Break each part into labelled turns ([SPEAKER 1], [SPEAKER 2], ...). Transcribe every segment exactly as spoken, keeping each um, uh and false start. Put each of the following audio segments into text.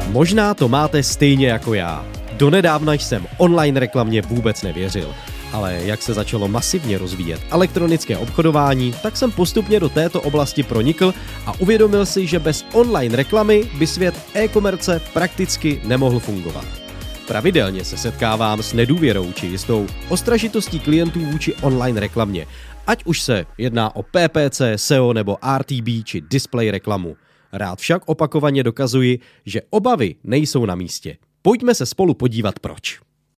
[SPEAKER 1] Možná to máte stejně jako já. Donedávna jsem online reklamě vůbec nevěřil. Ale jak se začalo masivně rozvíjet elektronické obchodování, tak jsem postupně do této oblasti pronikl a uvědomil si, že bez online reklamy by svět e-komerce prakticky nemohl fungovat. Pravidelně se setkávám s nedůvěrou či jistou ostražitostí klientů vůči online reklamě, ať už se jedná o P P C, S E O nebo R T B či display reklamu. Rád však opakovaně dokazuji, že obavy nejsou na místě. Pojďme se spolu podívat proč.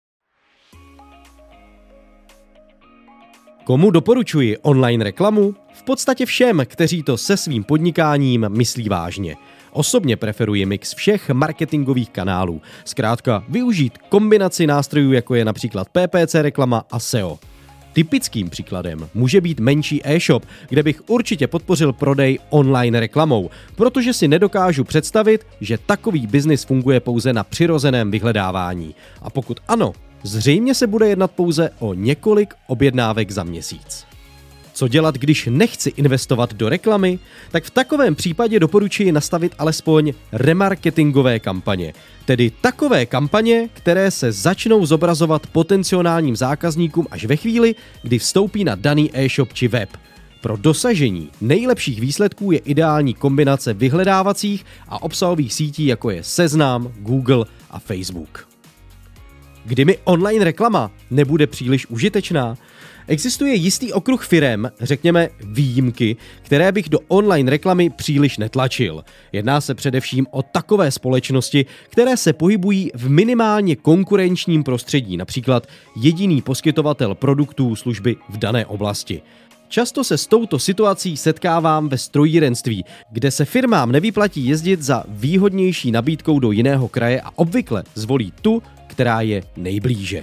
[SPEAKER 1] Komu doporučuji online reklamu? V podstatě všem, kteří to se svým podnikáním myslí vážně. Osobně preferuji mix všech marketingových kanálů. Zkrátka využít kombinaci nástrojů, jako je například P P C reklama a S E O. Typickým příkladem může být menší e-shop, kde bych určitě podpořil prodej online reklamou, protože si nedokážu představit, že takový biznis funguje pouze na přirozeném vyhledávání. A pokud ano, zřejmě se bude jednat pouze o několik objednávek za měsíc. Co dělat, když nechci investovat do reklamy? Tak v takovém případě doporučuji nastavit alespoň remarketingové kampaně, tedy takové kampaně, které se začnou zobrazovat potenciálním zákazníkům až ve chvíli, kdy vstoupí na daný e-shop či web. Pro dosažení nejlepších výsledků je ideální kombinace vyhledávacích a obsahových sítí, jako je Seznam, Google a Facebook. Kdy mi online reklama nebude příliš užitečná? Existuje jistý okruh firem, řekněme výjimky, které bych do online reklamy příliš netlačil. Jedná se především o takové společnosti, které se pohybují v minimálně konkurenčním prostředí, například jediný poskytovatel produktů, služby v dané oblasti. Často se s touto situací setkávám ve strojírenství, kde se firmám nevyplatí jezdit za výhodnější nabídkou do jiného kraje a obvykle zvolí tu, která je nejblíže.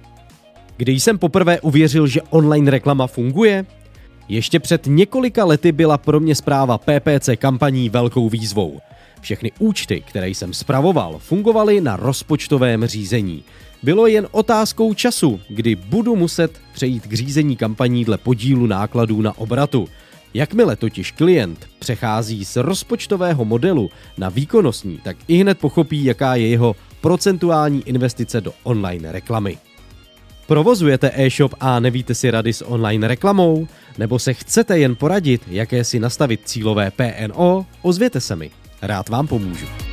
[SPEAKER 1] Kdy jsem poprvé uvěřil, že online reklama funguje? Ještě před několika lety byla pro mě správa P P C kampaní velkou výzvou. Všechny účty, které jsem spravoval, fungovaly na rozpočtovém řízení. Bylo jen otázkou času, kdy budu muset přejít k řízení kampaní dle podílu nákladů na obratu. Jakmile totiž klient přechází z rozpočtového modelu na výkonnostní, tak ihned pochopí, jaká je jeho procentuální investice do online reklamy. Provozujete e-shop a nevíte si rady s online reklamou? Nebo se chcete jen poradit, jaké si nastavit cílové P N O? Ozvěte se mi, rád vám pomůžu.